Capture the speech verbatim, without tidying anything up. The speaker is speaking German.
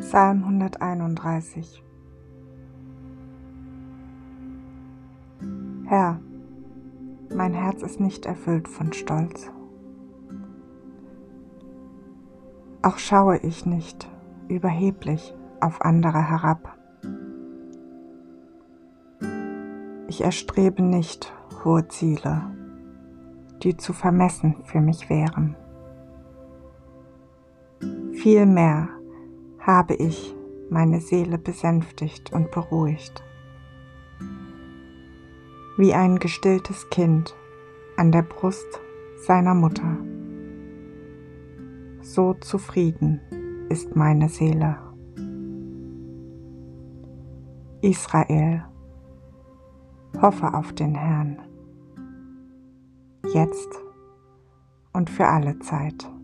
Psalm hunderteinunddreißig. Herr, mein Herz ist nicht erfüllt von Stolz. Auch schaue ich nicht überheblich auf andere herab. Ich erstrebe nicht hohe Ziele, die zu vermessen für mich wären. Vielmehr habe ich meine Seele besänftigt und beruhigt, wie ein gestilltes Kind an der Brust seiner Mutter. So zufrieden ist meine Seele. Israel, hoffe auf den Herrn, jetzt und für alle Zeit.